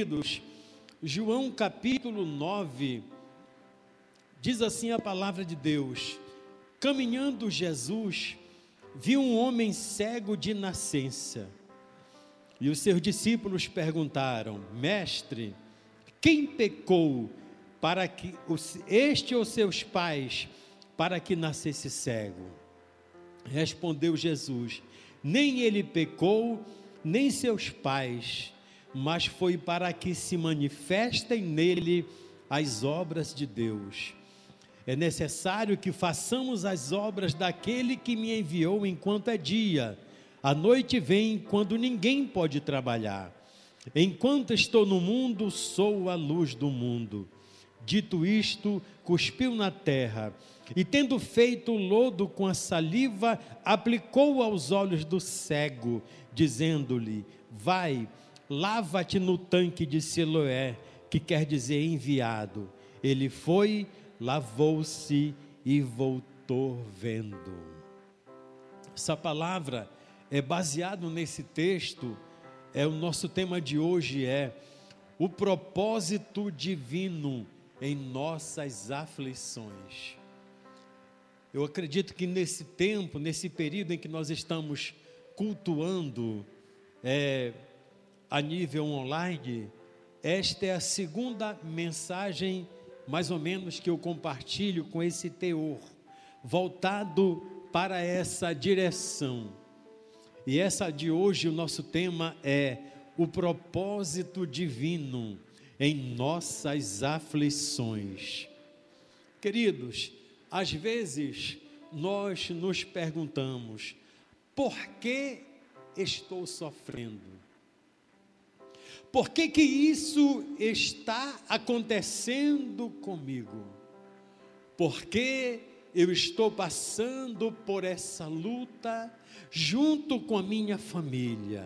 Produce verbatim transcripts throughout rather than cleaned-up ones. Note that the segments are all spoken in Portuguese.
Queridos, João capítulo nove, diz assim a palavra de Deus: caminhando Jesus, viu um homem cego de nascença, e os seus discípulos perguntaram: mestre, quem pecou para que este ou seus pais, para que nascesse cego? Respondeu Jesus: nem ele pecou, nem seus pais, mas foi para que se manifestem nele as obras de Deus. É necessário que façamos as obras daquele que me enviou enquanto é dia. A noite vem quando ninguém pode trabalhar. Enquanto estou no mundo, sou a luz do mundo. Dito isto, cuspiu na terra, e tendo feito o lodo com a saliva, aplicou aos olhos do cego, dizendo-lhe: vai, lava-te no tanque de Siloé, que quer dizer enviado. Ele foi, lavou-se e voltou vendo. Essa palavra é baseada nesse texto. É o nosso tema de hoje, é o propósito divino em nossas aflições. Eu acredito que nesse tempo, nesse período em que nós estamos cultuando é, a nível online, esta é a segunda mensagem, mais ou menos, que eu compartilho com esse teor, voltado para essa direção. E essa de hoje, o nosso tema é o propósito divino em nossas aflições. Queridos, às vezes nós nos perguntamos: por que estou sofrendo? Por que que isso está acontecendo comigo? Por que eu estou passando por essa luta junto com a minha família?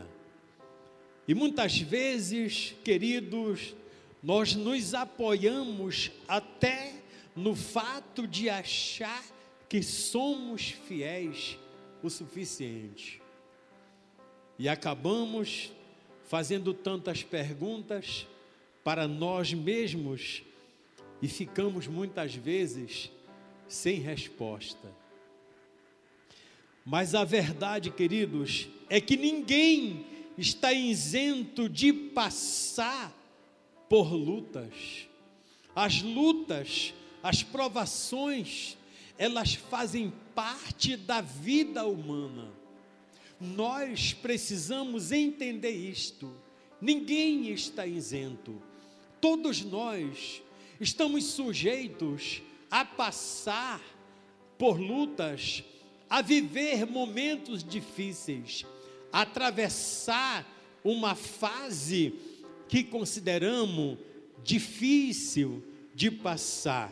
E muitas vezes, queridos, nós nos apoiamos até no fato de achar que somos fiéis o suficiente. E acabamos fazendo tantas perguntas para nós mesmos e ficamos muitas vezes sem resposta. Mas a verdade, queridos, é que ninguém está isento de passar por lutas. As lutas, as provações, elas fazem parte da vida humana. Nós precisamos entender isto. Ninguém está isento. Todos nós estamos sujeitos a passar por lutas, a viver momentos difíceis, a atravessar uma fase que consideramos difícil de passar.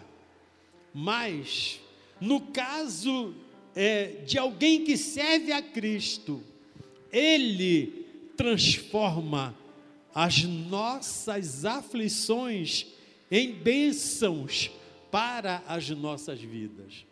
Mas, no caso é, de alguém que serve a Cristo, Ele transforma as nossas aflições em bênçãos para as nossas vidas.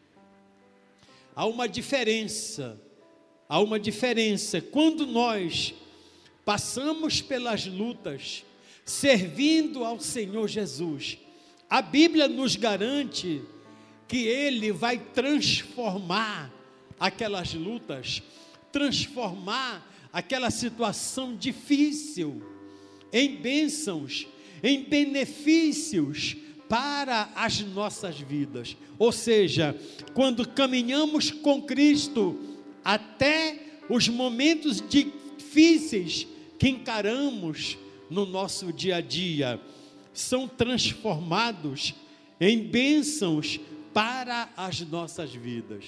Há uma diferença, há uma diferença quando nós passamos pelas lutas, servindo ao Senhor Jesus. A Bíblia nos garante que Ele vai transformar aquelas lutas, transformar aquela situação difícil em bênçãos, em benefícios para as nossas vidas. Ou seja, quando caminhamos com Cristo, até os momentos difíceis que encaramos no nosso dia a dia, são transformados em bênçãos para as nossas vidas.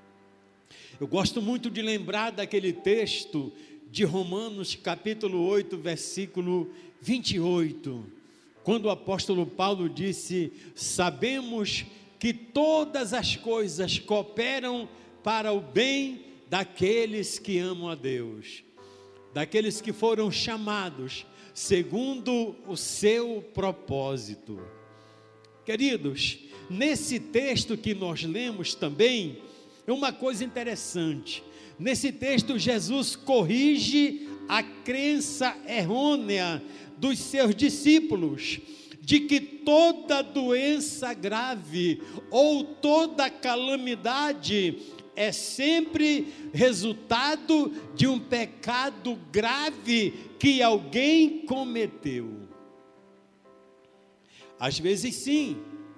Eu gosto muito de lembrar daquele texto de Romanos capítulo oito, versículo vinte e oito, quando o apóstolo Paulo disse: sabemos que todas as coisas cooperam para o bem daqueles que amam a Deus, daqueles que foram chamados segundo o seu propósito. Queridos, nesse texto que nós lemos também, é uma coisa interessante. Nesse texto, Jesus corrige a crença errônea dos seus discípulos, de que toda doença grave ou toda calamidade é sempre resultado de um pecado grave que alguém cometeu. Às vezes sim,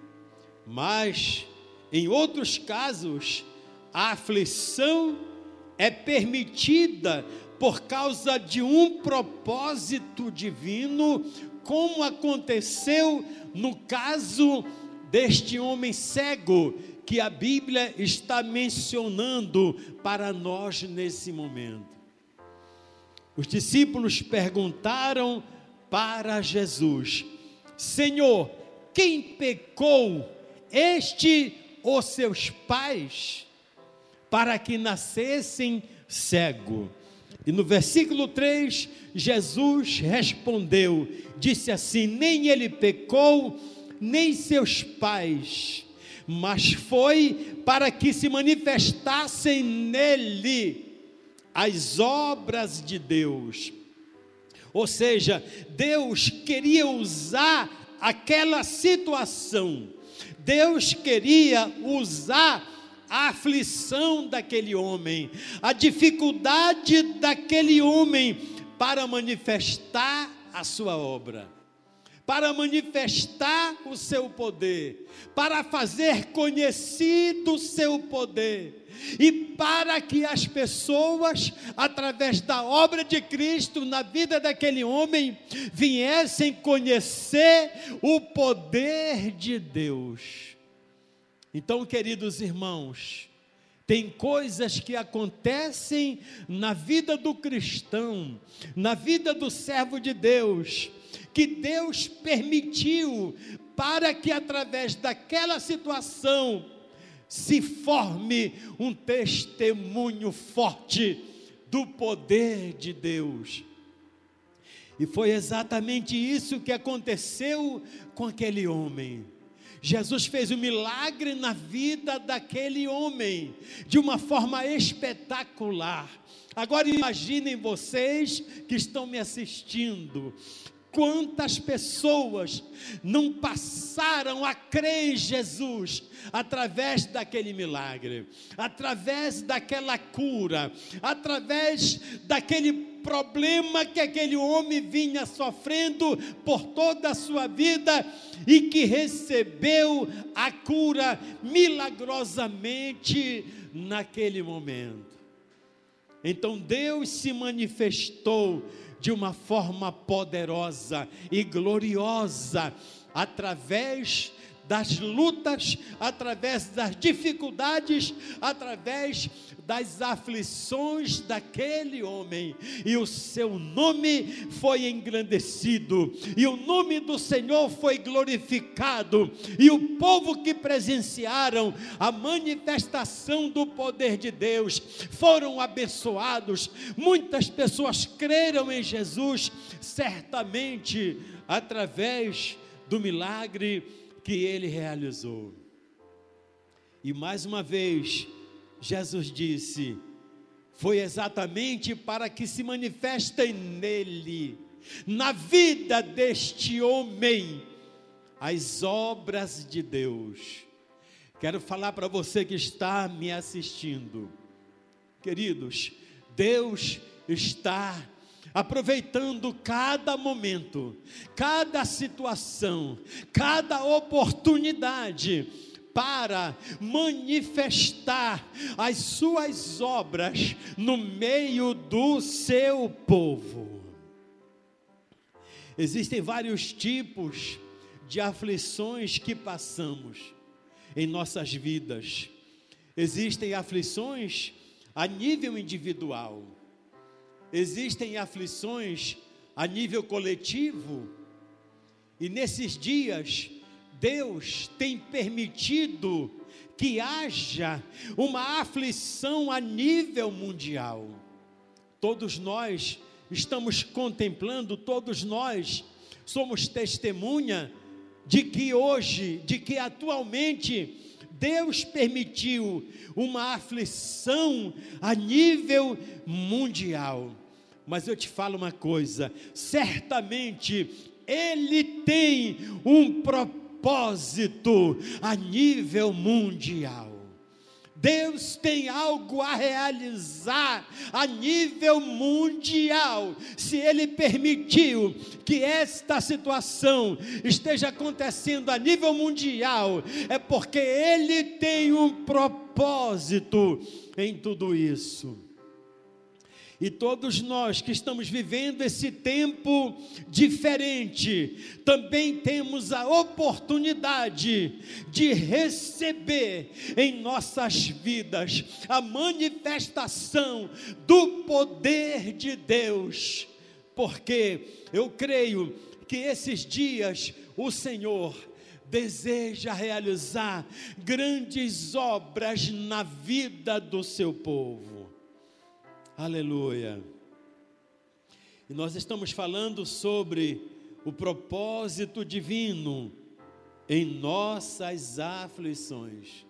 mas em outros casos, a aflição é permitida por causa de um propósito divino, como aconteceu no caso deste homem cego, que a Bíblia está mencionando para nós nesse momento. Os discípulos perguntaram para Jesus: Senhor, quem pecou, este ou seus pais, para que nascessem cego? E no versículo três, Jesus respondeu, disse assim: nem ele pecou, nem seus pais, mas foi para que se manifestassem nele as obras de Deus. Ou seja, Deus queria usar aquela situação, Deus queria usar a aflição daquele homem, a dificuldade daquele homem, para manifestar a sua obra, para manifestar o seu poder, para fazer conhecido o seu poder, e para que as pessoas, através da obra de Cristo na vida daquele homem, viessem conhecer o poder de Deus. Então, queridos irmãos, tem coisas que acontecem na vida do cristão, na vida do servo de Deus, que Deus permitiu para que através daquela situação se forme um testemunho forte do poder de Deus. E foi exatamente isso que aconteceu com aquele homem. Jesus fez um milagre na vida daquele homem, de uma forma espetacular. Agora imaginem vocês que estão me assistindo, quantas pessoas não passaram a crer em Jesus, através daquele milagre, através daquela cura, através daquele problema que aquele homem vinha sofrendo por toda a sua vida, e que recebeu a cura milagrosamente naquele momento. Então Deus se manifestou de uma forma poderosa e gloriosa, através das lutas, através das dificuldades, através das aflições daquele homem, e o seu nome foi engrandecido, e o nome do Senhor foi glorificado, e o povo que presenciaram a manifestação do poder de Deus foram abençoados. Muitas pessoas creram em Jesus, certamente através do milagre que ele realizou. E mais uma vez, Jesus disse, foi exatamente para que se manifestem nele, na vida deste homem, as obras de Deus. Quero falar para você que está me assistindo, queridos, Deus está aproveitando cada momento, cada situação, cada oportunidade, para manifestar as suas obras no meio do seu povo. Existem vários tipos de aflições que passamos em nossas vidas. Existem aflições a nível individual, existem aflições a nível coletivo, e nesses dias Deus tem permitido que haja uma aflição a nível mundial. Todos nós estamos contemplando, todos nós somos testemunha de que hoje, de que atualmente Deus permitiu uma aflição a nível mundial. Mas eu te falo uma coisa, certamente Ele tem um propósito a nível mundial. Deus tem algo a realizar a nível mundial. Se Ele permitiu que esta situação esteja acontecendo a nível mundial, é porque Ele tem um propósito em tudo isso. E todos nós que estamos vivendo esse tempo diferente, também temos a oportunidade de receber em nossas vidas a manifestação do poder de Deus. Porque eu creio que esses dias o Senhor deseja realizar grandes obras na vida do seu povo. Aleluia. E nós estamos falando sobre o propósito divino em nossas aflições.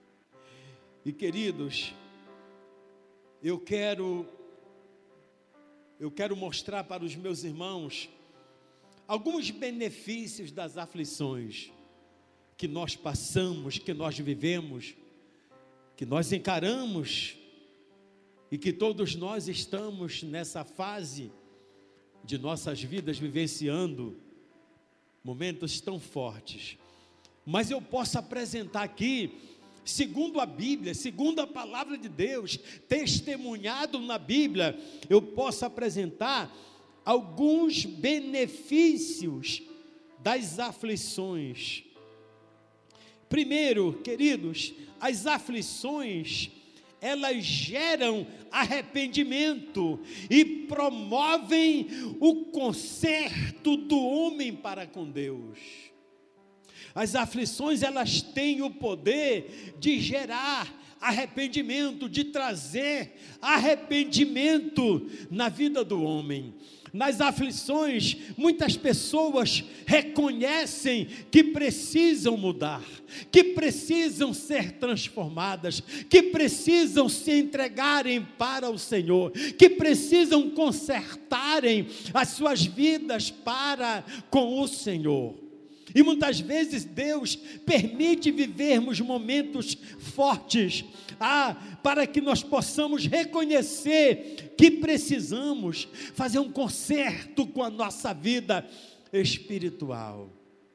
E queridos, eu quero eu quero mostrar para os meus irmãos alguns benefícios das aflições que nós passamos, que nós vivemos, que nós encaramos, e que todos nós estamos nessa fase de nossas vidas vivenciando momentos tão fortes. Mas eu posso apresentar aqui, segundo a Bíblia, segundo a palavra de Deus, testemunhado na Bíblia, eu posso apresentar alguns benefícios das aflições. Primeiro, queridos, as aflições, elas geram arrependimento e promovem o conserto do homem para com Deus. As aflições, elas têm o poder de gerar arrependimento, de trazer arrependimento na vida do homem. Nas aflições, muitas pessoas reconhecem que precisam mudar, que precisam ser transformadas, que precisam se entregarem para o Senhor, que precisam consertarem as suas vidas para com o Senhor. E muitas vezes Deus permite vivermos momentos fortes, ah, para que nós possamos reconhecer que precisamos fazer um conserto com a nossa vida espiritual.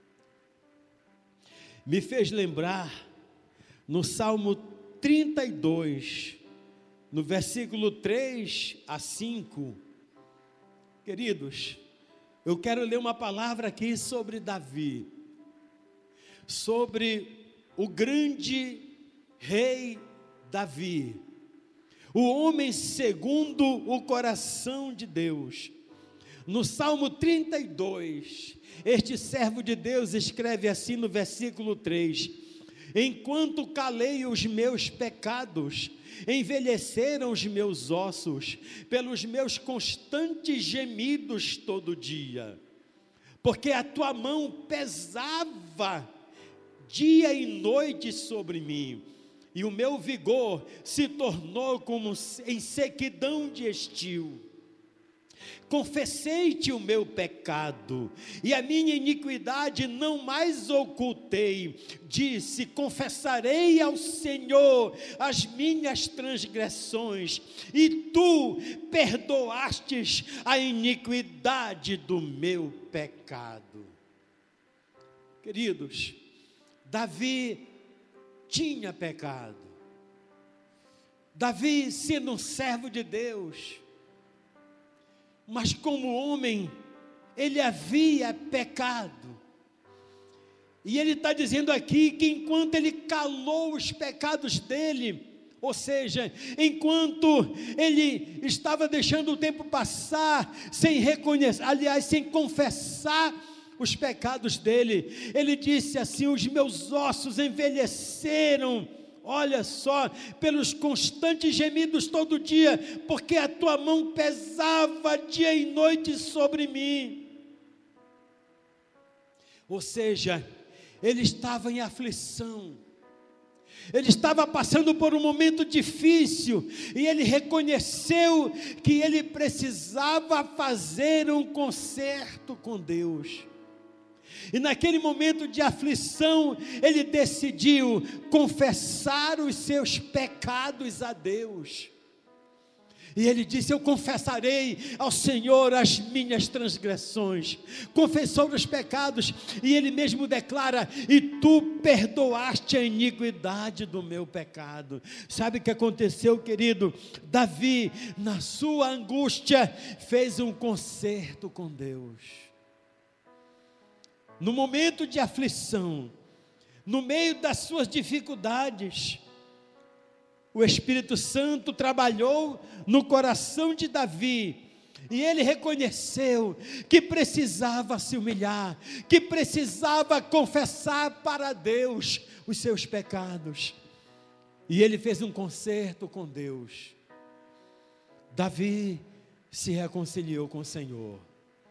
Me fez lembrar no Salmo trinta e dois, no versículo três a cinco, queridos, eu quero ler uma palavra aqui sobre Davi, sobre o grande rei Davi, o homem segundo o coração de Deus. No Salmo trinta e dois, este servo de Deus escreve assim no versículo três: enquanto calei os meus pecados, envelheceram os meus ossos, pelos meus constantes gemidos todo dia, porque a tua mão pesava dia e noite sobre mim, e o meu vigor se tornou como em sequidão de estio. Confessei-te o meu pecado, e a minha iniquidade não mais ocultei. Disse: confessarei ao Senhor as minhas transgressões, e tu perdoastes a iniquidade do meu pecado. Queridos, Davi tinha pecado. Davi, sendo um servo de Deus, mas como homem, ele havia pecado. E ele está dizendo aqui que enquanto ele calou os pecados dele, ou seja, enquanto ele estava deixando o tempo passar, sem reconhecer, aliás, sem confessar os pecados dele, ele disse assim: os meus ossos envelheceram, olha só, pelos constantes gemidos todo dia, porque a tua mão pesava dia e noite sobre mim. Ou seja, ele estava em aflição, Ele estava passando por um momento difícil, e ele reconheceu que ele precisava fazer um concerto com Deus. E naquele momento de aflição, ele decidiu confessar os seus pecados a Deus. E ele disse: eu confessarei ao Senhor as minhas transgressões. Confessou os pecados, e ele mesmo declara: e tu perdoaste a iniquidade do meu pecado. Sabe o que aconteceu, querido? Davi, na sua angústia, fez um concerto com Deus. No momento de aflição, no meio das suas dificuldades, o Espírito Santo trabalhou no coração de Davi, e ele reconheceu que precisava se humilhar, que precisava confessar para Deus os seus pecados, e ele fez um concerto com Deus. Davi se reconciliou com o Senhor.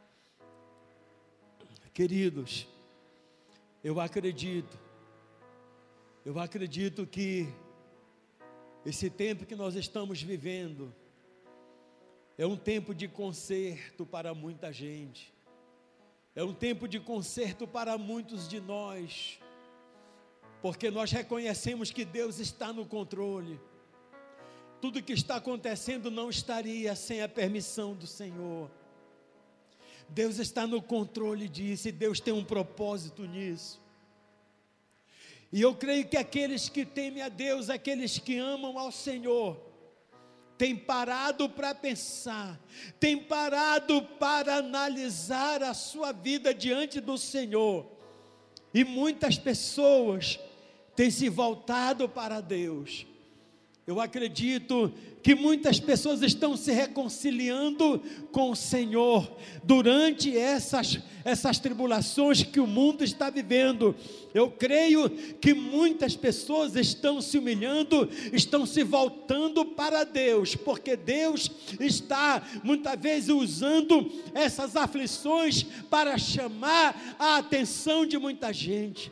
Queridos, eu acredito, eu acredito que esse tempo que nós estamos vivendo é um tempo de conserto para muita gente, é um tempo de conserto para muitos de nós, porque nós reconhecemos que Deus está no controle. Tudo que está acontecendo não estaria sem a permissão do Senhor. Deus está no controle disso, e Deus tem um propósito nisso. E eu creio que aqueles que temem a Deus, aqueles que amam ao Senhor, têm parado para pensar, têm parado para analisar a sua vida diante do Senhor. E muitas pessoas têm se voltado para Deus. Eu acredito que muitas pessoas estão se reconciliando com o Senhor durante essas, essas tribulações que o mundo está vivendo. Eu creio que muitas pessoas estão se humilhando, estão se voltando para Deus, porque Deus está muitas vezes usando essas aflições para chamar a atenção de muita gente,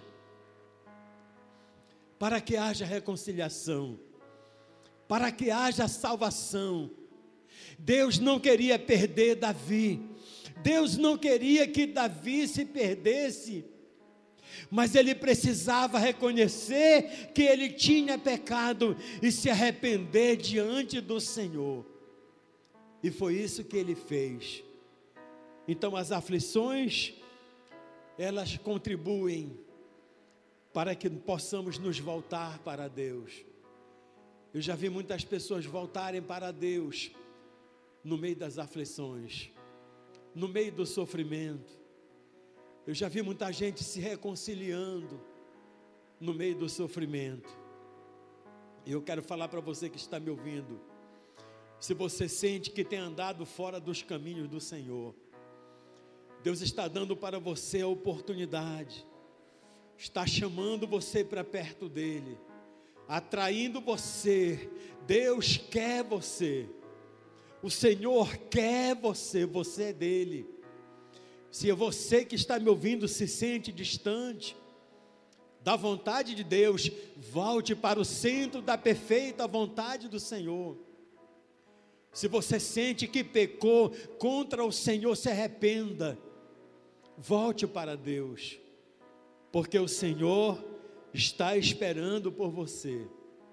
para que haja reconciliação, para que haja salvação. Deus não queria perder Davi, Deus não queria que Davi se perdesse, mas ele precisava reconhecer que ele tinha pecado e se arrepender diante do Senhor, e foi isso que ele fez. Então as aflições, elas contribuem para que possamos nos voltar para Deus. Eu já vi muitas pessoas voltarem para Deus no meio das aflições, no meio do sofrimento. Eu já vi muita gente se reconciliando no meio do sofrimento. E eu quero falar para você que está me ouvindo: se você sente que tem andado fora dos caminhos do Senhor, Deus está dando para você a oportunidade, está chamando você para perto dEle, atraindo você. Deus quer você, o Senhor quer você, você é dEle. Se você que está me ouvindo se sente distante da vontade de Deus, volte para o centro da perfeita vontade do Senhor. Se você sente que pecou contra o Senhor, se arrependa, volte para Deus, porque o Senhor está esperando por você.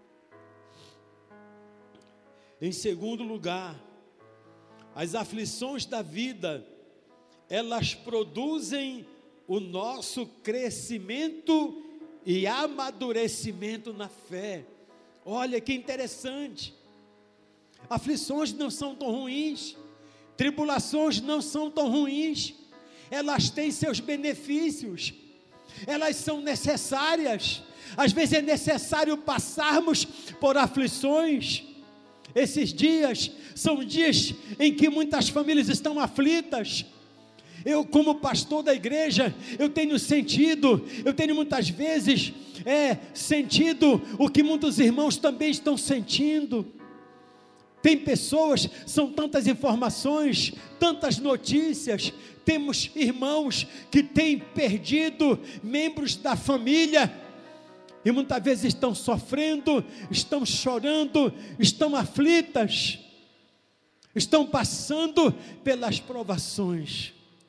Em segundo lugar, as aflições da vida, elas produzem o nosso crescimento e amadurecimento na fé. Olha que interessante, aflições não são tão ruins, tribulações não são tão ruins, elas têm seus benefícios, elas são necessárias. Às vezes é necessário passarmos por aflições. Esses dias são dias em que muitas famílias estão aflitas. Eu, como pastor da igreja, eu tenho sentido, eu tenho muitas vezes é, sentido o que muitos irmãos também estão sentindo. Tem pessoas, são tantas informações, tantas notícias. Temos irmãos que têm perdido membros da família e muitas vezes estão sofrendo, estão chorando, estão aflitas, estão passando pelas provações.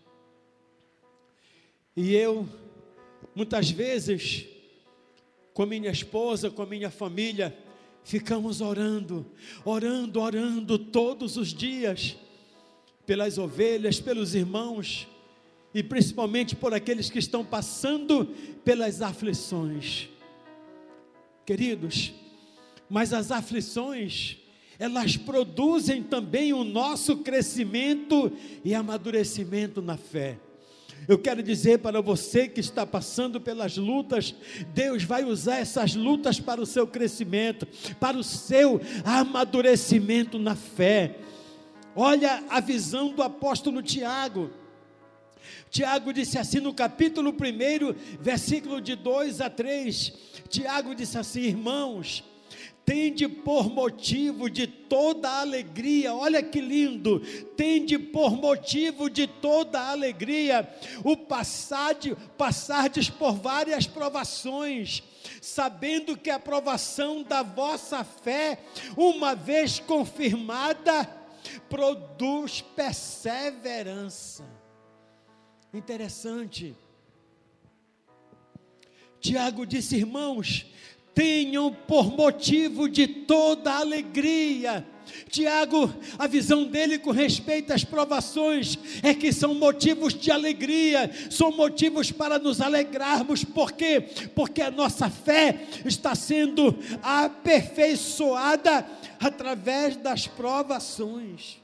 E eu, muitas vezes, com minha esposa, com minha família, ficamos orando, orando, orando todos os dias, pelas ovelhas, pelos irmãos, e principalmente por aqueles que estão passando pelas aflições. Queridos, mas as aflições, elas produzem também o nosso crescimento e amadurecimento na fé. Eu quero dizer para você que está passando pelas lutas, Deus vai usar essas lutas para o seu crescimento, para o seu amadurecimento na fé. Olha a visão do apóstolo Tiago. Tiago disse assim no capítulo primeiro, versículo de dois a três, Tiago disse assim: irmãos, tende por motivo de toda alegria, olha que lindo, tende por motivo de toda alegria, o passade, passardes por várias provações, sabendo que a provação da vossa fé, uma vez confirmada, produz perseverança. Interessante. Tiago disse: irmãos, tenham por motivo de toda alegria. Tiago, a visão dele com respeito às provações é que são motivos de alegria, são motivos para nos alegrarmos. Por quê? Porque a nossa fé está sendo aperfeiçoada através das provações.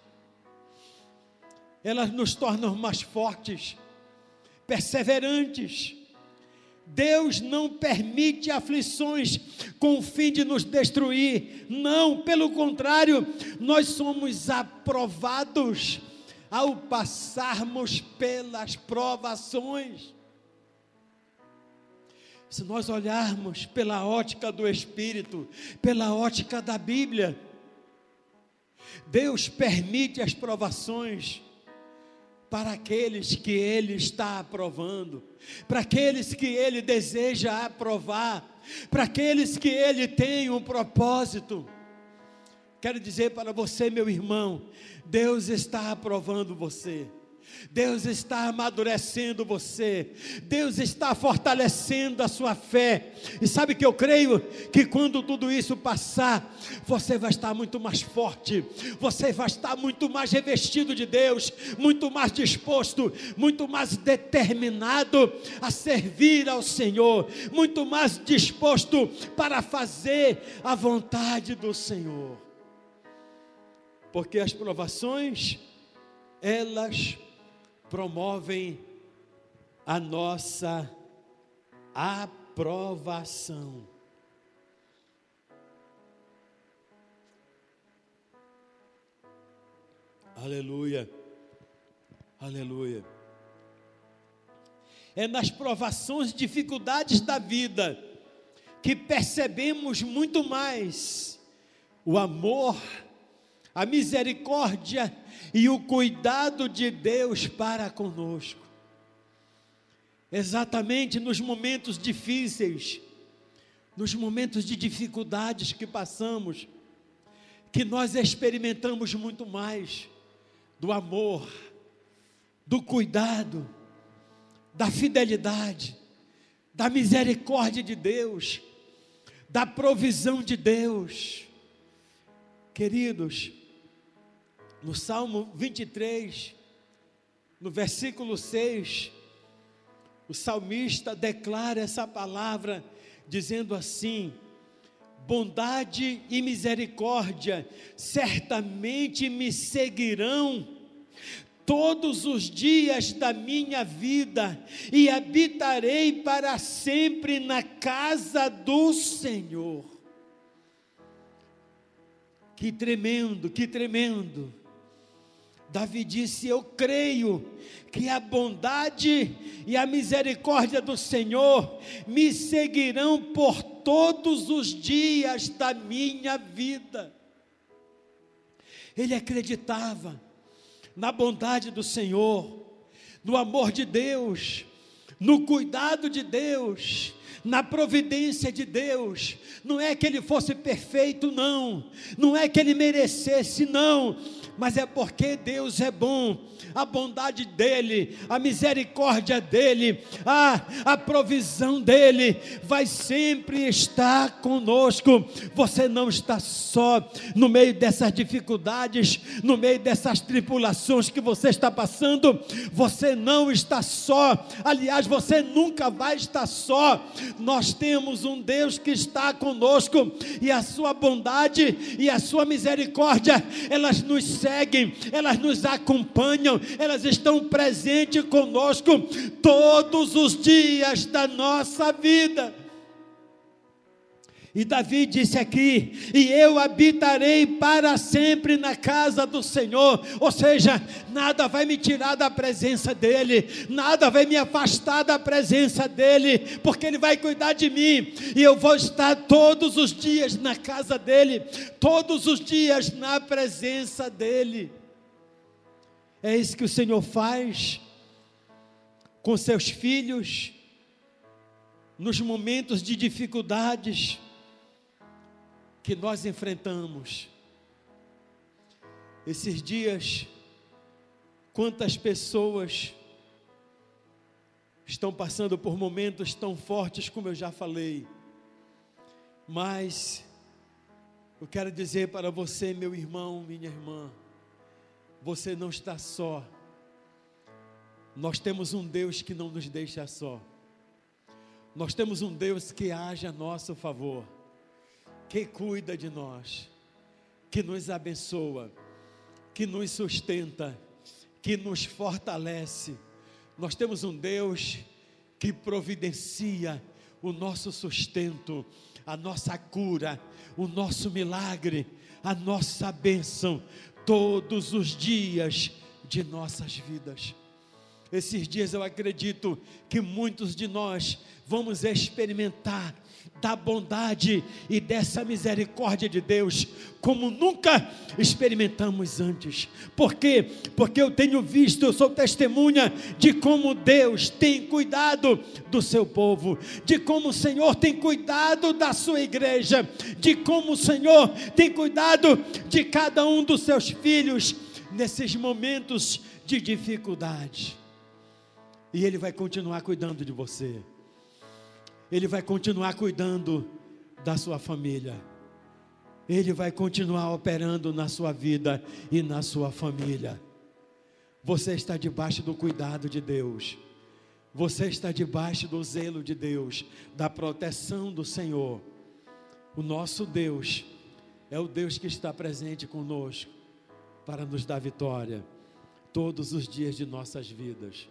Elas nos tornam mais fortes, perseverantes. Deus não permite aflições com o fim de nos destruir. Não, pelo contrário, nós somos aprovados ao passarmos pelas provações. Se nós olharmos pela ótica do Espírito, pela ótica da Bíblia, Deus permite as provações para aqueles que Ele está aprovando, para aqueles que Ele deseja aprovar, para aqueles que Ele tem um propósito. Quero dizer para você, meu irmão, Deus está aprovando você, Deus está amadurecendo você, Deus está fortalecendo a sua fé. E sabe que eu creio que quando tudo isso passar, você vai estar muito mais forte, você vai estar muito mais revestido de Deus, muito mais disposto, muito mais determinado a servir ao Senhor, muito mais disposto para fazer a vontade do Senhor. Porque as provações, elas promovem a nossa aprovação. Aleluia, aleluia. É nas provações, dificuldades da vida, que percebemos muito mais o amor, a misericórdia e o cuidado de Deus para conosco. Exatamente nos momentos difíceis, nos momentos de dificuldades que passamos, que nós experimentamos muito mais do amor, do cuidado, da fidelidade, da misericórdia de Deus, da provisão de Deus. Queridos, no Salmo vinte e três, no versículo seis, o salmista declara essa palavra, dizendo assim: bondade e misericórdia certamente me seguirão todos os dias da minha vida, e habitarei para sempre na casa do Senhor. Que tremendo, que tremendo. Davi disse: eu creio que a bondade e a misericórdia do Senhor me seguirão por todos os dias da minha vida. Ele acreditava na bondade do Senhor, no amor de Deus, no cuidado de Deus, na providência de Deus. Não é que ele fosse perfeito, não, não é que ele merecesse, não, mas é porque Deus é bom. A bondade dele, a misericórdia dele, a, a provisão dele vai sempre estar conosco. Você não está só no meio dessas dificuldades, no meio dessas tribulações que você está passando. Você não está só, aliás, você nunca vai estar só. Nós temos um Deus que está conosco, e a sua bondade e a sua misericórdia, elas nos seguem, elas nos acompanham, elas estão presentes conosco todos os dias da nossa vida. E Davi disse aqui: e eu habitarei para sempre na casa do Senhor. Ou seja, nada vai me tirar da presença dele, nada vai me afastar da presença dele, porque ele vai cuidar de mim, e eu vou estar todos os dias na casa dele, todos os dias na presença dele. É isso que o Senhor faz com seus filhos, nos momentos de dificuldades que nós enfrentamos. Esses dias, quantas pessoas estão passando por momentos tão fortes, como eu já falei, mas eu quero dizer para você, meu irmão, minha irmã, você não está só. Nós temos um Deus que não nos deixa só. Nós temos um Deus que age a nosso favor, que cuida de nós, que nos abençoa, que nos sustenta, que nos fortalece. Nós temos um Deus que providencia o nosso sustento, a nossa cura, o nosso milagre, a nossa bênção, todos os dias de nossas vidas. Esses dias eu acredito que muitos de nós vamos experimentar da bondade e dessa misericórdia de Deus como nunca experimentamos antes. Por quê? Porque eu tenho visto, eu sou testemunha de como Deus tem cuidado do seu povo, de como o Senhor tem cuidado da sua igreja, de como o Senhor tem cuidado de cada um dos seus filhos nesses momentos de dificuldade. E Ele vai continuar cuidando de você. Ele vai continuar cuidando da sua família. Ele vai continuar operando na sua vida e na sua família. Você está debaixo do cuidado de Deus. Você está debaixo do zelo de Deus, da proteção do Senhor. O nosso Deus é o Deus que está presente conosco para nos dar vitória todos os dias de nossas vidas.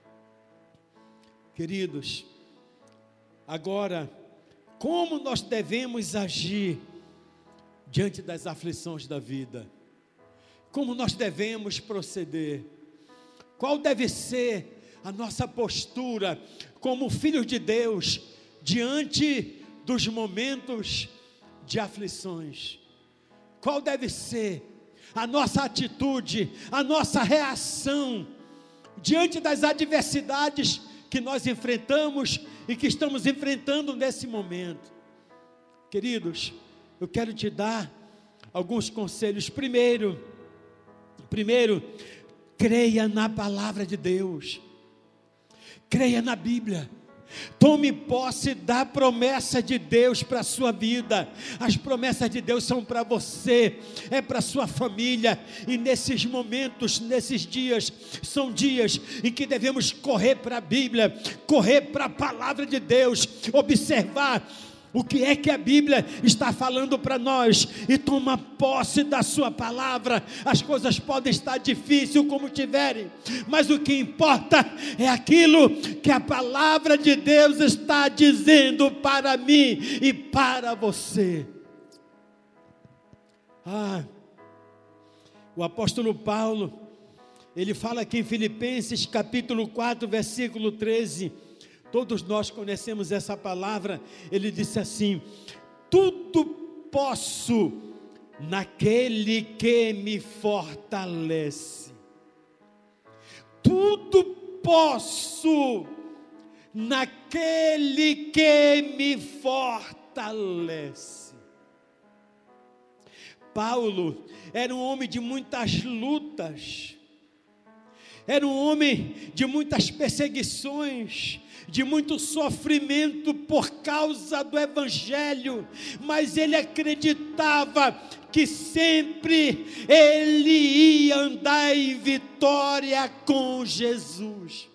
Queridos, agora, como nós devemos agir diante das aflições da vida? Como nós devemos proceder? Qual deve ser a nossa postura como filhos de Deus diante dos momentos de aflições? Qual deve ser a nossa atitude, a nossa reação diante das adversidades que nós enfrentamos e que estamos enfrentando nesse momento? Queridos, eu quero te dar alguns conselhos. Primeiro, primeiro, creia na palavra de Deus, creia na Bíblia. Tome posse da promessa de Deus para a sua vida. As promessas de Deus são para você, é para a sua família. E nesses momentos, nesses dias, são dias em que devemos correr para a Bíblia, correr para a palavra de Deus, observar o que é que a Bíblia está falando para nós e toma posse da sua palavra. As coisas podem estar difíceis como tiverem, mas o que importa é aquilo que a palavra de Deus está dizendo para mim e para você. Ah, o apóstolo Paulo, ele fala aqui em Filipenses capítulo quatro, versículo treze, todos nós conhecemos essa palavra. Ele disse assim: tudo posso naquele que me fortalece. Tudo posso naquele que me fortalece. Paulo era um homem de muitas lutas, era um homem de muitas perseguições, de muito sofrimento por causa do Evangelho, mas ele acreditava que sempre ele ia andar em vitória com Jesus.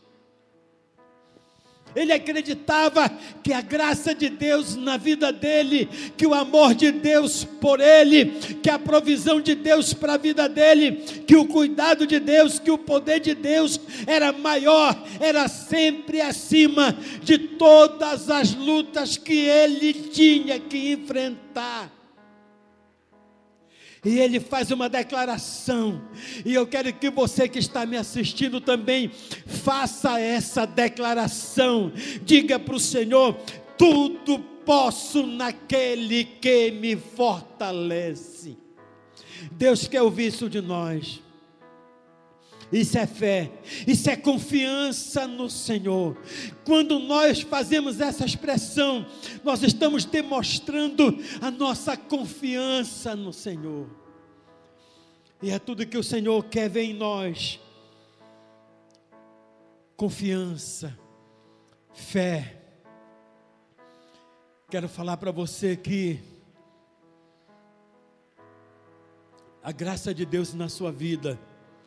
Ele acreditava que a graça de Deus na vida dele, que o amor de Deus por ele, que a provisão de Deus para a vida dele, que o cuidado de Deus, que o poder de Deus era maior, era sempre acima de todas as lutas que ele tinha que enfrentar. E ele faz uma declaração, e eu quero que você que está me assistindo também faça essa declaração. Diga para o Senhor: tudo posso naquele que me fortalece. Deus quer ouvir isso de nós. Isso é fé, isso é confiança no Senhor. Quando nós fazemos essa expressão, nós estamos demonstrando a nossa confiança no Senhor. E é tudo que o Senhor quer ver em nós: confiança, fé. Quero falar para você que a graça de Deus na sua vida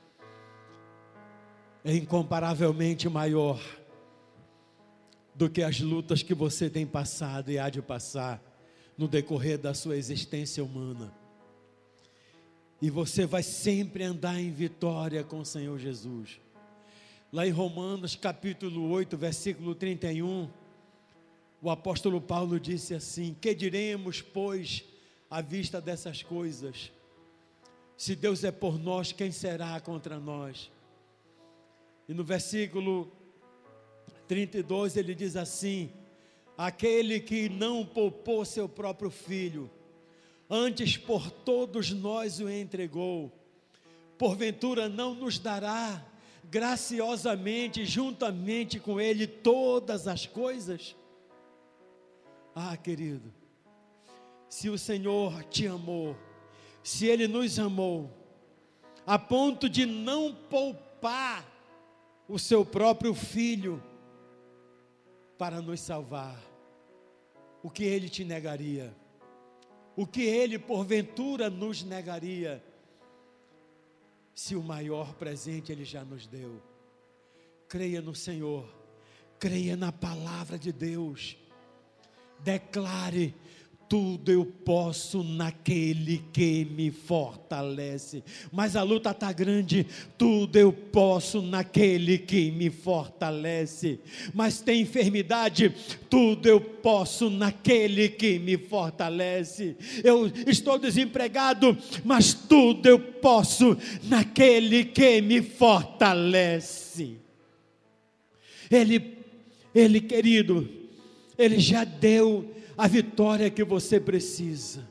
é incomparavelmente maior do que as lutas que você tem passado e há de passar no decorrer da sua existência humana. E você vai sempre andar em vitória com o Senhor Jesus. Lá em Romanos capítulo oito, versículo trinta e um, o apóstolo Paulo disse assim: que diremos, pois, à vista dessas coisas? Se Deus é por nós, quem será contra nós? E no versículo trinta e dois ele diz assim: aquele que não poupou seu próprio filho, antes por todos nós o entregou, porventura não nos dará graciosamente, juntamente com ele, todas as coisas? Ah, querido, se o Senhor te amou, se Ele nos amou, a ponto de não poupar o seu próprio filho para nos salvar, o que Ele te negaria? O que Ele porventura nos negaria? Se o maior presente Ele já nos deu. Creia no Senhor, creia na palavra de Deus, declare: tudo eu posso naquele que me fortalece. Mas a luta está grande. Tudo eu posso naquele que me fortalece. Mas tem enfermidade. Tudo eu posso naquele que me fortalece. Eu estou desempregado, mas tudo eu posso naquele que me fortalece. Ele, ele querido, Ele já deu a vitória que você precisa.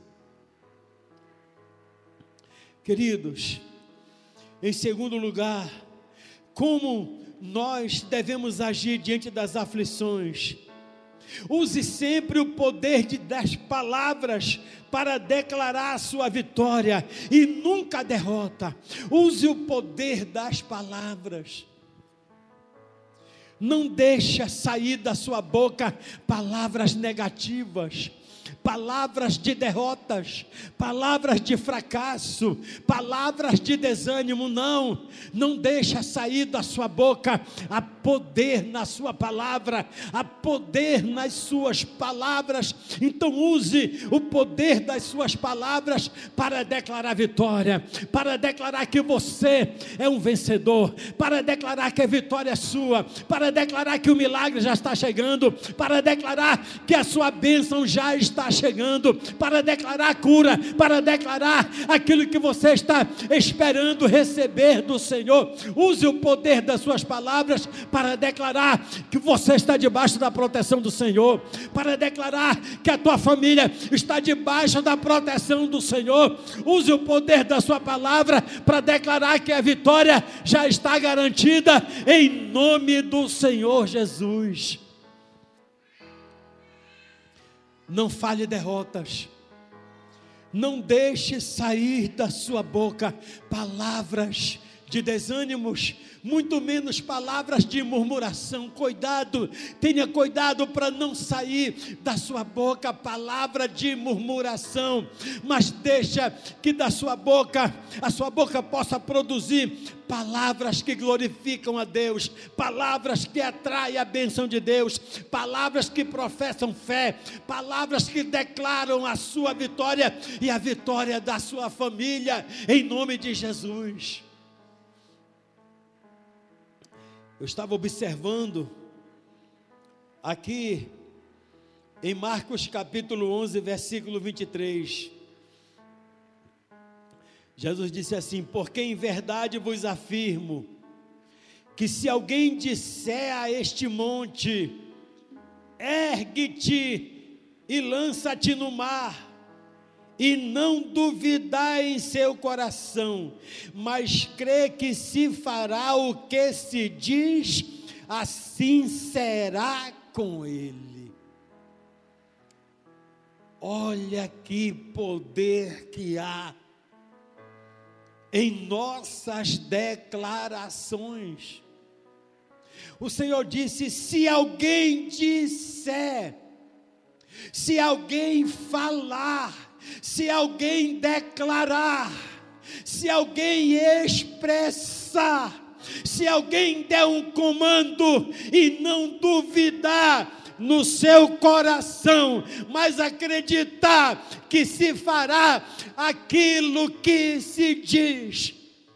Queridos, em segundo lugar, como nós devemos agir diante das aflições? Use sempre o poder de, das palavras para declarar a sua vitória e nunca a derrota. Use o poder das palavras. Não deixa sair da sua boca palavras negativas, palavras de derrotas, palavras de fracasso, palavras de desânimo. Não, não deixa sair da sua boca. Há poder na sua palavra, há poder nas suas palavras. Então use o poder das suas palavras para declarar vitória, para declarar que você é um vencedor, para declarar que a vitória é sua, para declarar que o milagre já está chegando, para declarar que a sua bênção já está chegando, para declarar a cura, para declarar aquilo que você está esperando receber do Senhor. Use o poder das suas palavras para declarar que você está debaixo da proteção do Senhor, para declarar que a tua família está debaixo da proteção do Senhor. Use o poder da sua palavra para declarar que a vitória já está garantida em nome do Senhor Jesus. não fale derrotas. Não deixe sair da sua boca palavras de desânimos, muito menos palavras de murmuração. Cuidado, tenha cuidado para não sair da sua boca palavra de murmuração, mas deixa que da sua boca, a sua boca possa produzir palavras que glorificam a Deus, palavras que atraem a bênção de Deus, palavras que professam fé, palavras que declaram a sua vitória e a vitória da sua família, em nome de Jesus. Eu estava observando aqui em Marcos capítulo onze, versículo vinte e três. Jesus disse assim: porque em verdade vos afirmo, que se alguém disser a este monte, ergue-te e lança-te no mar, e não duvidar em seu coração, mas crê que se fará o que se diz, assim será com ele. Olha que poder que há em nossas declarações. O Senhor disse: se alguém disser, se alguém falar, se alguém declarar, se alguém expressar, se alguém der um comando e não duvidar no seu coração, mas acreditar que se fará aquilo que se diz,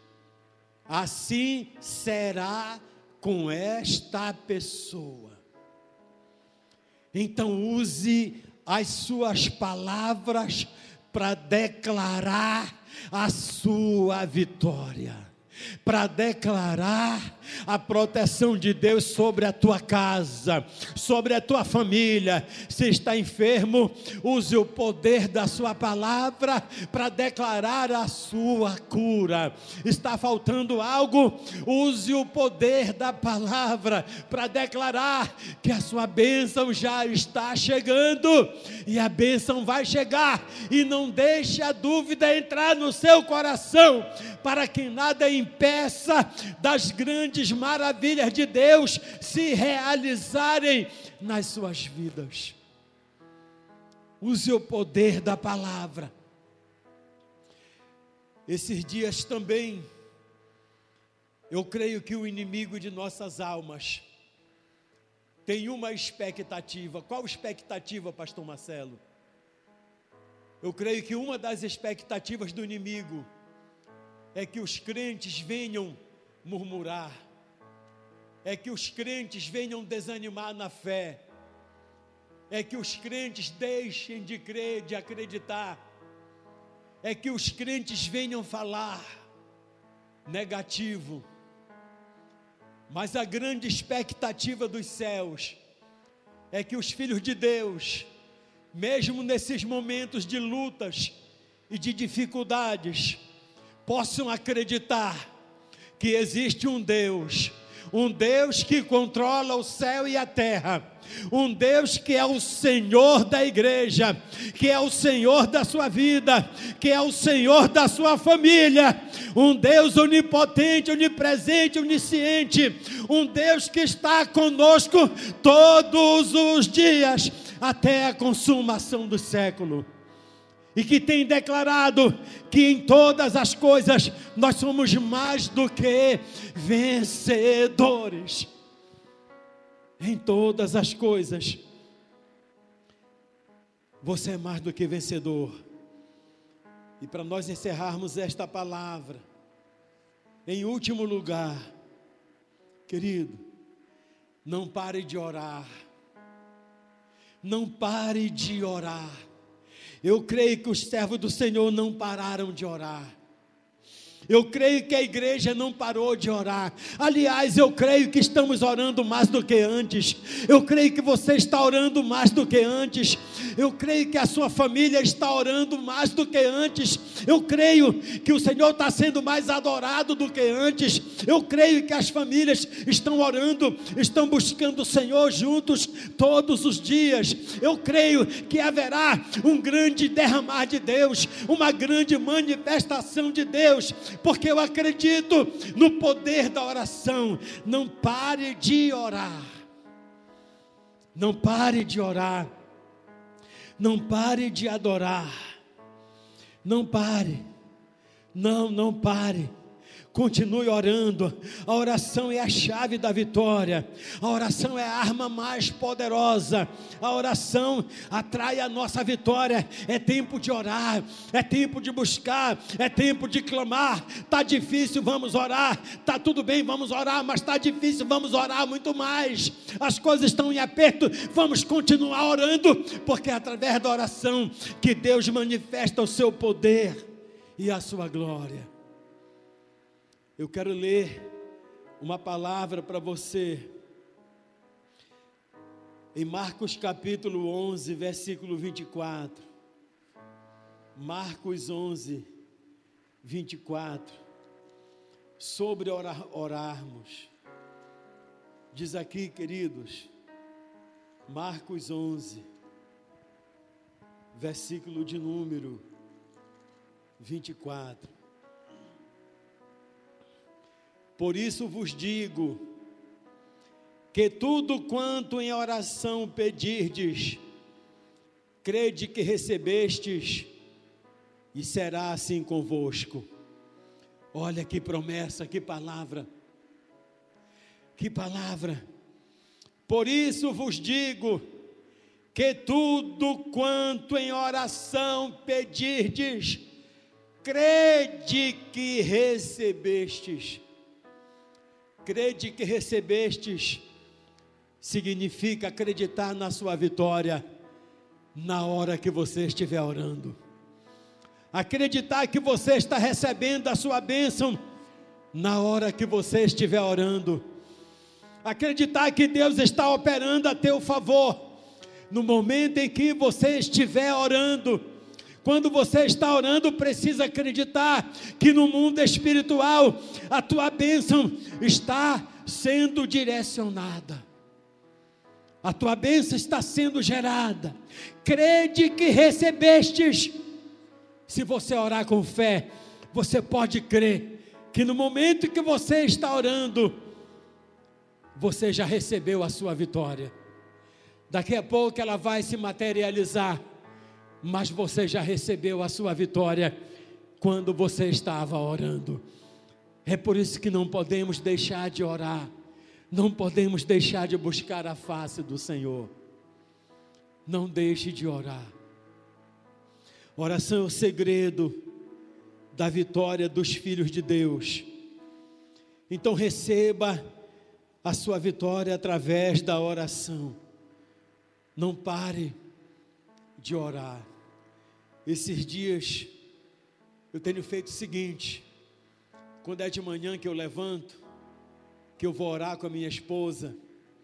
assim será com esta pessoa. Então use as suas palavras para declarar a sua vitória, para declarar a proteção de Deus sobre a tua casa, sobre a tua família. Se está enfermo, use o poder da sua palavra para declarar a sua cura. Está faltando algo, use o poder da palavra para declarar que a sua bênção já está chegando, e a bênção vai chegar, e não deixe a dúvida entrar no seu coração, para que nada impeça das grandes maravilhas de Deus se realizarem nas suas vidas. Use o poder da palavra. Esses dias também, eu creio que o inimigo de nossas almas tem uma expectativa. Qual expectativa, pastor Marcelo? Eu creio que uma das expectativas do inimigo é que os crentes venham murmurar, é que os crentes venham desanimar na fé, é que os crentes deixem de crer, de acreditar, é que os crentes venham falar negativo. Mas a grande expectativa dos céus é que os filhos de Deus, mesmo nesses momentos de lutas e de dificuldades, possam acreditar que existe um Deus, um Deus que controla o céu e a terra, um Deus que é o Senhor da igreja, que é o Senhor da sua vida, que é o Senhor da sua família, um Deus onipotente, onipresente, onisciente, um Deus que está conosco todos os dias, até a consumação do século. E que tem declarado que em todas as coisas nós somos mais do que vencedores. Em todas as coisas você é mais do que vencedor. E para nós encerrarmos esta palavra, em último lugar, querido, não pare de orar. Não pare de orar. Eu creio que os servos do Senhor não pararam de orar. Eu creio que a igreja não parou de orar. Aliás, eu creio que estamos orando mais do que antes. Eu creio que você está orando mais do que antes. Eu creio que a sua família está orando mais do que antes. Eu creio que o Senhor está sendo mais adorado do que antes. Eu creio que as famílias estão orando, estão buscando o Senhor juntos todos os dias. Eu creio que haverá um grande derramar de Deus, uma grande manifestação de Deus, porque eu acredito no poder da oração. Não pare de orar. Não pare de orar. Não pare de adorar. Não pare. Não, não pare. Continue orando. A oração é a chave da vitória. A oração é a arma mais poderosa. A oração atrai a nossa vitória. É tempo de orar, é tempo de buscar, é tempo de clamar. Está difícil, vamos orar. Está tudo bem, vamos orar, mas está difícil, vamos orar muito mais. As coisas estão em aperto, vamos continuar orando, porque é através da oração que Deus manifesta o seu poder e a sua glória. Eu quero ler uma palavra para você, em Marcos capítulo onze, versículo vinte e quatro, Marcos onze, vinte e quatro, sobre orar, orarmos, diz aqui, queridos, Marcos onze, versículo de número vinte e quatro, por isso vos digo, que tudo quanto em oração pedirdes, crede que recebestes, e será assim convosco. Olha que promessa, que palavra, que palavra. Por isso vos digo, que tudo quanto em oração pedirdes, crede que recebestes. Crede que recebestes, significa acreditar na sua vitória, na hora que você estiver orando. Acreditar que você está recebendo a sua bênção, na hora que você estiver orando. Acreditar que Deus está operando a teu favor, no momento em que você estiver orando. Quando você está orando, precisa acreditar que no mundo espiritual a tua bênção está sendo direcionada. A tua bênção está sendo gerada. Crede que recebestes. Se você orar com fé, você pode crer que no momento que você está orando, você já recebeu a sua vitória. Daqui a pouco ela vai se materializar, mas você já recebeu a sua vitória quando você estava orando. É por isso que não podemos deixar de orar, não podemos deixar de buscar a face do Senhor. Não deixe de orar. Oração é o segredo da vitória dos filhos de Deus. Então receba a sua vitória através da oração. Não pare de orar. Esses dias eu tenho feito o seguinte: quando é de manhã que eu levanto, que eu vou orar com a minha esposa,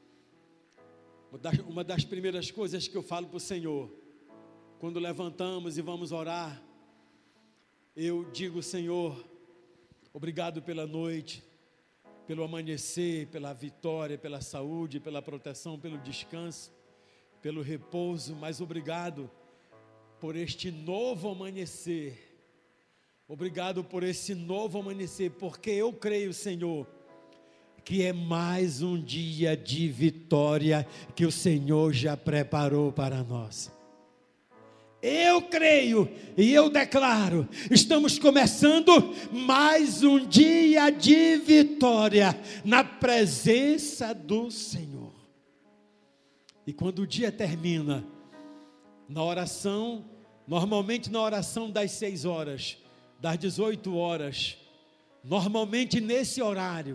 uma das primeiras coisas que eu falo para o Senhor, quando levantamos e vamos orar, eu digo: Senhor, obrigado pela noite, pelo amanhecer, pela vitória, pela saúde, pela proteção, pelo descanso, pelo repouso, mas obrigado por este novo amanhecer. Obrigado por esse novo amanhecer, porque eu creio, Senhor, que é mais um dia de vitória que o Senhor já preparou para nós. Eu creio e eu declaro, estamos começando mais um dia de vitória na presença do Senhor. E quando o dia termina, na oração, normalmente na oração das seis horas, das dezoito horas, normalmente nesse horário,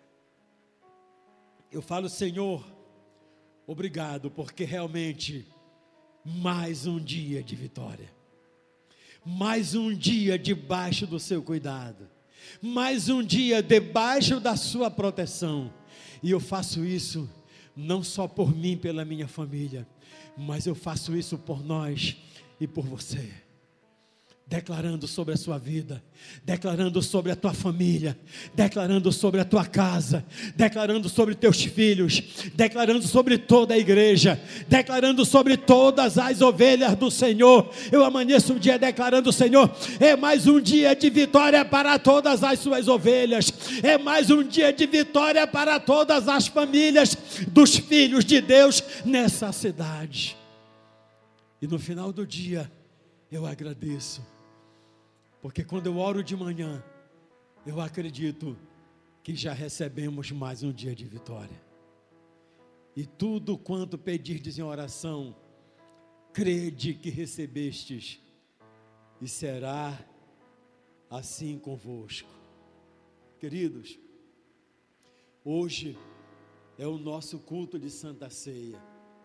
eu falo: Senhor, obrigado, porque realmente mais um dia de vitória, mais um dia debaixo do seu cuidado, mais um dia debaixo da sua proteção. E eu faço isso não só por mim, pela minha família, mas eu faço isso por nós e por você. Declarando sobre a sua vida, declarando sobre a tua família, declarando sobre a tua casa, declarando sobre teus filhos, declarando sobre toda a igreja, declarando sobre todas as ovelhas do Senhor. Eu amanheço um dia declarando: Senhor, é mais um dia de vitória para todas as suas ovelhas, é mais um dia de vitória para todas as famílias dos filhos de Deus nessa cidade. E no final do dia eu agradeço, porque quando eu oro de manhã, eu acredito que já recebemos mais um dia de vitória. E tudo quanto pedirdes em oração, crede que recebestes, e será assim convosco. Queridos, hoje é o nosso culto de Santa Ceia.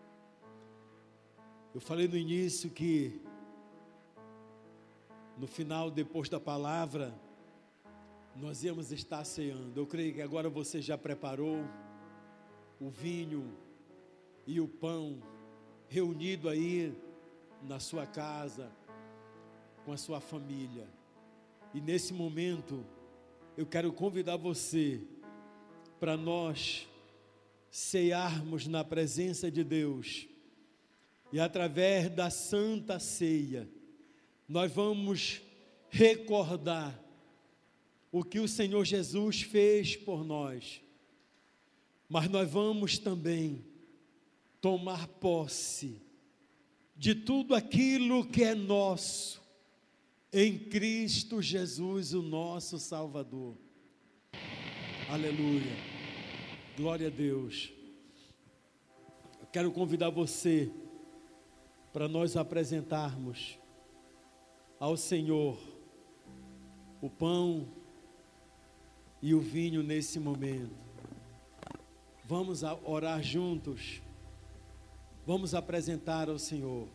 Eu falei no início que no final, depois da palavra, nós íamos estar ceando. Eu creio que agora você já preparou o vinho e o pão, reunido aí na sua casa, com a sua família. E nesse momento, eu quero convidar você para nós cearmos na presença de Deus. E através da Santa Ceia, nós vamos recordar o que o Senhor Jesus fez por nós, mas nós vamos também tomar posse de tudo aquilo que é nosso, em Cristo Jesus, o nosso Salvador. Aleluia, glória a Deus. Eu quero convidar você para nós apresentarmos ao Senhor o pão e o vinho nesse momento. Vamos orar juntos, vamos apresentar ao Senhor.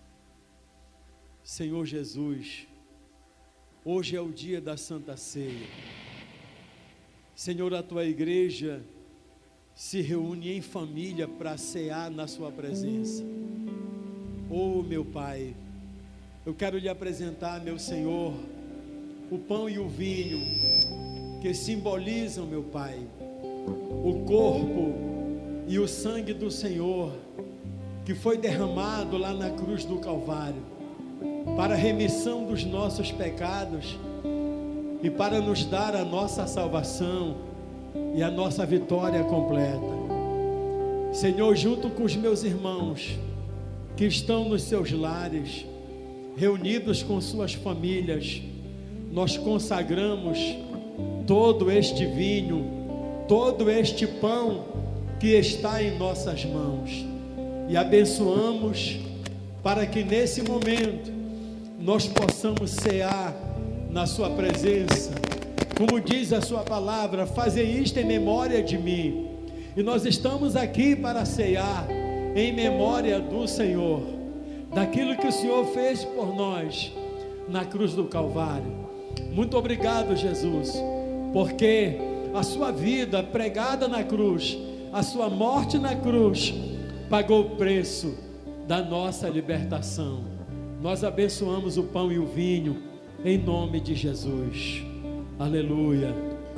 Senhor Jesus, hoje é o dia da Santa Ceia. Senhor, a tua igreja se reúne em família para cear na sua presença. Oh, meu Pai, eu quero lhe apresentar, meu Senhor, o pão e o vinho, que simbolizam, meu Pai, o corpo e o sangue do Senhor, que foi derramado lá na cruz do Calvário, para a remissão dos nossos pecados, e para nos dar a nossa salvação, e a nossa vitória completa. Senhor, junto com os meus irmãos, que estão nos seus lares, reunidos com suas famílias, nós consagramos todo este vinho, todo este pão que está em nossas mãos, e abençoamos para que nesse momento nós possamos cear na sua presença, como diz a sua palavra: fazei isto em memória de mim. E nós estamos aqui para cear em memória do Senhor, daquilo que o Senhor fez por nós na cruz do Calvário. Muito obrigado, Jesus, porque a sua vida pregada na cruz, a sua morte na cruz, pagou o preço da nossa libertação. Nós abençoamos o pão e o vinho em nome de Jesus. Aleluia.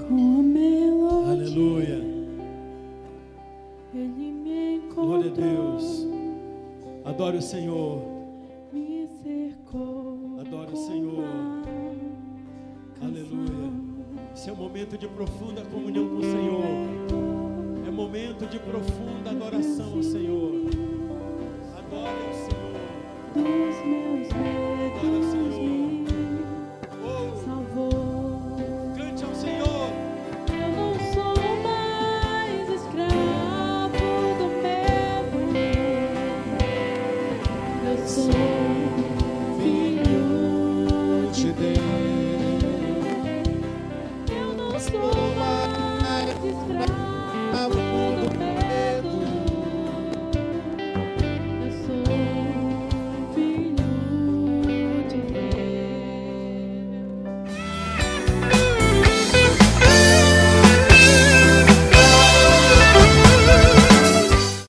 Aleluia. Glória a Deus. Adore o Senhor. Adore o Senhor. Aleluia. Esse é um momento de profunda comunhão com o Senhor. É momento de profunda adoração ao Senhor. Adore o Senhor. Adore o Senhor. Eu não sou mais